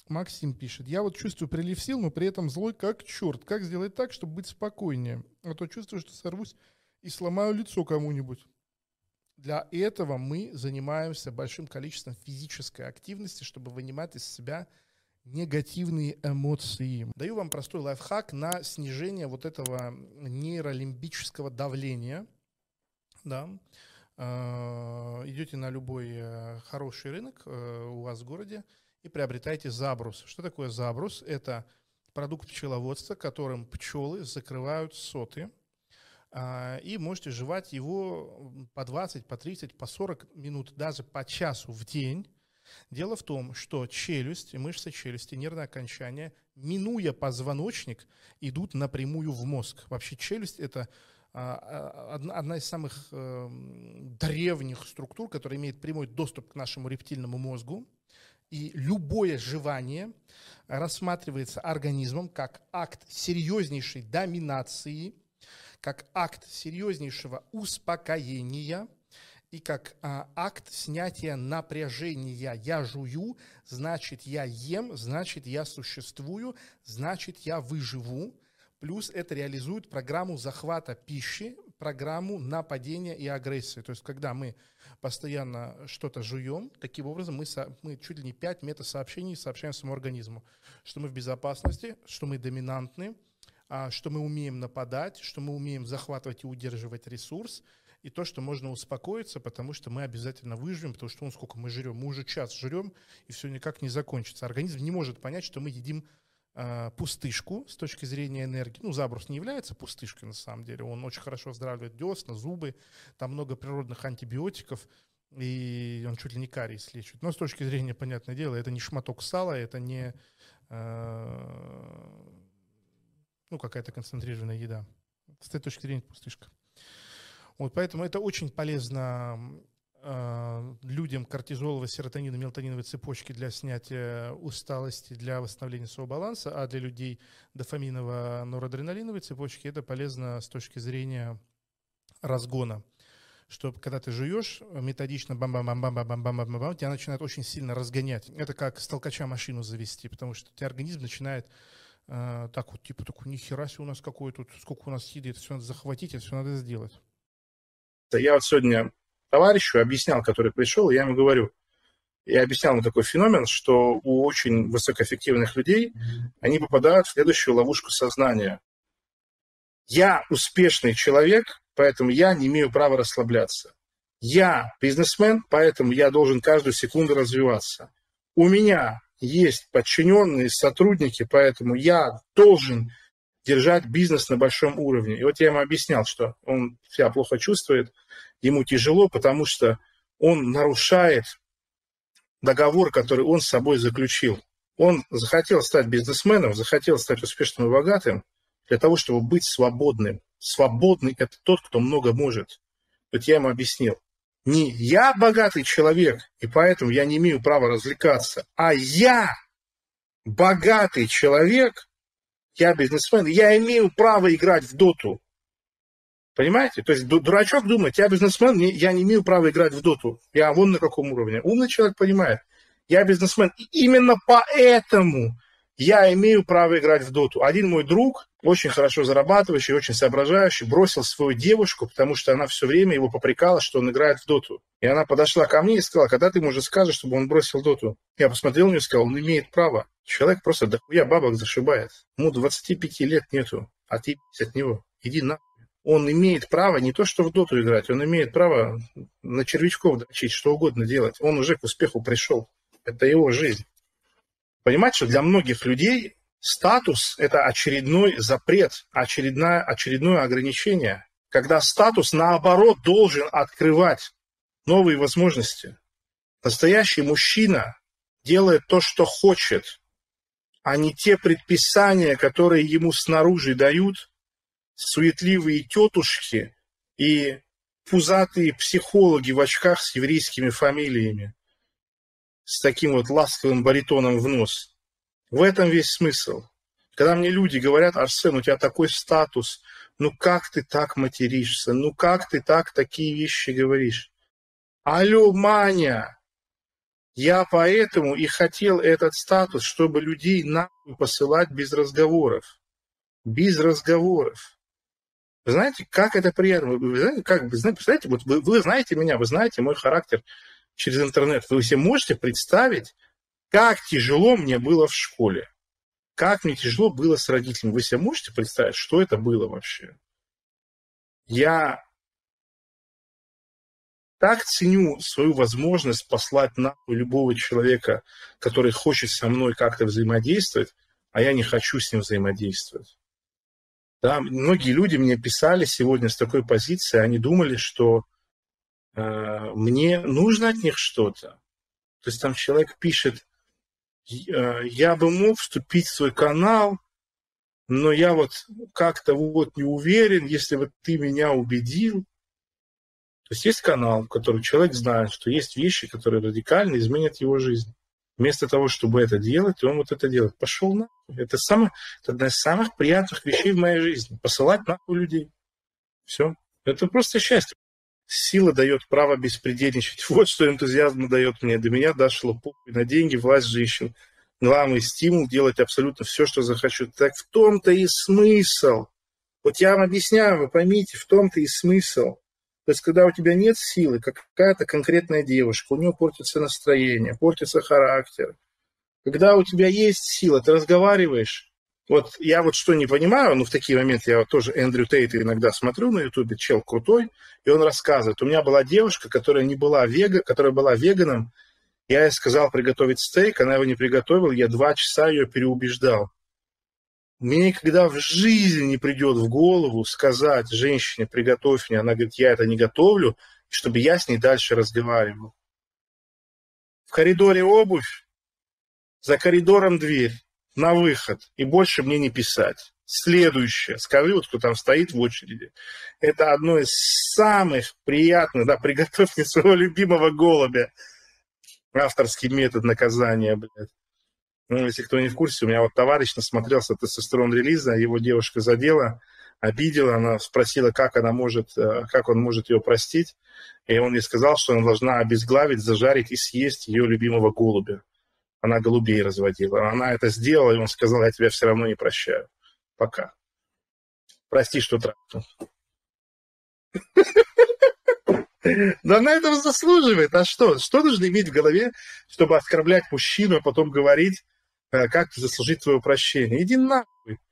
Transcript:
Максим пишет: я вот чувствую прилив сил, но при этом злой как черт. Как сделать так, чтобы быть спокойнее? А то чувствую, что сорвусь и сломаю лицо кому-нибудь. Для этого мы занимаемся большим количеством физической активности, чтобы вынимать из себя негативные эмоции. Даю вам простой лайфхак на снижение вот этого нейролимбического давления. Да. Идете на любой хороший рынок у вас в городе и приобретаете забрус. Что такое забрус? Это продукт пчеловодства, которым пчелы закрывают соты. И можете жевать его по 20, по 30, по 40 минут, даже по часу в день. Дело в том, что челюсть, мышцы челюсти, нервное окончание, минуя позвоночник, идут напрямую в мозг. Вообще челюсть – это одна из самых древних структур, которая имеет прямой доступ к нашему рептильному мозгу. И любое жевание рассматривается организмом как акт серьезнейшей доминации, как акт серьезнейшего успокоения и как акт снятия напряжения. Я жую, значит, я ем, значит, я существую, значит, я выживу. Плюс это реализует программу захвата пищи, программу нападения и агрессии. То есть, когда мы постоянно что-то жуем, таким образом мы чуть ли не 5 метасообщений сообщаем своему организму, что мы в безопасности, что мы доминантны, что мы умеем нападать, что мы умеем захватывать и удерживать ресурс, и то, что можно успокоиться, потому что мы обязательно выживем, потому что сколько мы жрем, мы уже час жрем, и все никак не закончится. Организм не может понять, что мы едим пустышку с точки зрения энергии. Ну, забрус не является пустышкой на самом деле, он очень хорошо оздоравливает десна, зубы, там много природных антибиотиков, и он чуть ли не кариес лечит. Но с точки зрения, понятное дело, это не шматок сала, это не какая-то концентрированная еда. С этой точки зрения пустышка. Вот, поэтому это очень полезно людям кортизоловой, серотониновой, мелатониновой цепочки для снятия усталости, для восстановления своего баланса, а для людей дофаминово-норадреналиновой цепочки это полезно с точки зрения разгона. Что когда ты жуешь, методично бам-бам-бам-бам-бам-бам-бам-бам, тебя начинает очень сильно разгонять. Это как с толкача машину завести, потому что у тебя организм начинает так вот, типа, такой, нихера себе у нас какой тут, сколько у нас еды, это все надо захватить, это все надо сделать. Я вот сегодня товарищу объяснял, который пришел, я ему говорю, я объяснял ему такой феномен, что у очень высокоэффективных людей они попадают в следующую ловушку сознания. Я успешный человек, поэтому я не имею права расслабляться. Я бизнесмен, поэтому я должен каждую секунду развиваться. У меня есть подчиненные, сотрудники, поэтому я должен держать бизнес на большом уровне. И вот я ему объяснял, что он себя плохо чувствует, ему тяжело, потому что он нарушает договор, который он с собой заключил. Он захотел стать бизнесменом, захотел стать успешным и богатым для того, чтобы быть свободным. Свободный – это тот, кто много может. Вот я ему объяснил. Не я богатый человек, и поэтому я не имею права развлекаться, а я богатый человек, я бизнесмен, я имею право играть в доту. Понимаете? То есть дурачок думает, я бизнесмен, я не имею права играть в доту. Я вон на каком уровне. Умный человек понимает, я бизнесмен. И именно поэтому я имею право играть в доту. Один мой друг, очень хорошо зарабатывающий, очень соображающий, бросил свою девушку, потому что она все время его попрекала, что он играет в доту. И она подошла ко мне и сказала, когда ты ему уже скажешь, чтобы он бросил доту? Я посмотрел на нее и сказал, он имеет право. Человек просто дохуя бабок зашибает. Ему 25 лет нету, а ты от него. Иди нахуй. Он имеет право не то, что в доту играть, он имеет право на червячков дрочить, что угодно делать. Он уже к успеху пришел. Это его жизнь. Понимаете, что для многих людей статус – это очередной запрет, очередное ограничение, когда статус, наоборот, должен открывать новые возможности. Настоящий мужчина делает то, что хочет, а не те предписания, которые ему снаружи дают суетливые тетушки и пузатые психологи в очках с еврейскими фамилиями, с таким вот ласковым баритоном в нос. В этом весь смысл. Когда мне люди говорят, Арсен, у тебя такой статус, ну как ты так материшься, ну как ты так такие вещи говоришь? Алло, Маня, Я поэтому и хотел этот статус, чтобы людей нахуй посылать без разговоров. Без разговоров. Вы знаете, как это приятно? Вы знаете, представляете, вот вы знаете меня, вы знаете мой характер через интернет. Вы себе можете представить, как тяжело мне было в школе? Как мне тяжело было с родителями? Вы себе можете представить, что это было вообще? Я так ценю свою возможность послать нахуй любого человека, который хочет со мной как-то взаимодействовать, а я не хочу с ним взаимодействовать. Да, многие люди мне писали сегодня с такой позиции, они думали, что мне нужно от них что-то. То есть там человек пишет, я бы мог вступить в свой канал, но я вот как-то вот не уверен, если вот ты меня убедил. То есть есть канал, в котором человек знает, что есть вещи, которые радикально изменят его жизнь. Вместо того, чтобы это делать, он вот это делает. Пошел нахуй. Это одна из самых приятных вещей в моей жизни. Посылать нахуй людей. Все. Это просто счастье. Сила дает право беспредельничать. Вот что энтузиазм дает мне. До меня дошло похуй на деньги, власть женщин. Главный стимул делать абсолютно все, что захочу. Так в том-то и смысл. Вот я вам объясняю, вы поймите, в том-то и смысл. То есть, когда у тебя нет силы, какая-то конкретная девушка, у нее портится настроение, портится характер. Когда у тебя есть сила, ты разговариваешь. Вот я вот что не понимаю, но в такие моменты я вот тоже Эндрю Тейта иногда смотрю на ютубе, чел крутой, и он рассказывает. У меня была девушка, которая была веганом. Я ей сказал приготовить стейк, она его не приготовила, я 2 часа ее переубеждал. Мне никогда в жизни не придет в голову сказать женщине, приготовь мне. Она говорит, я это не готовлю, чтобы я с ней дальше разговаривал. В коридоре обувь, за коридором дверь, на выход. И больше мне не писать. Следующее. Скажи, вот кто там стоит в очереди. Это одно из самых приятных, да, приготовь мне своего любимого голубя. Авторский метод наказания, блядь. Ну, если кто не в курсе, у меня вот товарищ насмотрелся тестостерон-релиза, его девушка задела, обидела, она спросила, как он может ее простить, и он ей сказал, что она должна обезглавить, зажарить и съесть ее любимого голубя. Она голубей разводила. Она это сделала, и он сказал, я тебя все равно не прощаю. Пока. Прости, что трахнул. Да она этого заслуживает. А что? Что нужно иметь в голове, чтобы оскорблять мужчину, а потом говорить, как заслужить твое прощение? Иди нахуй.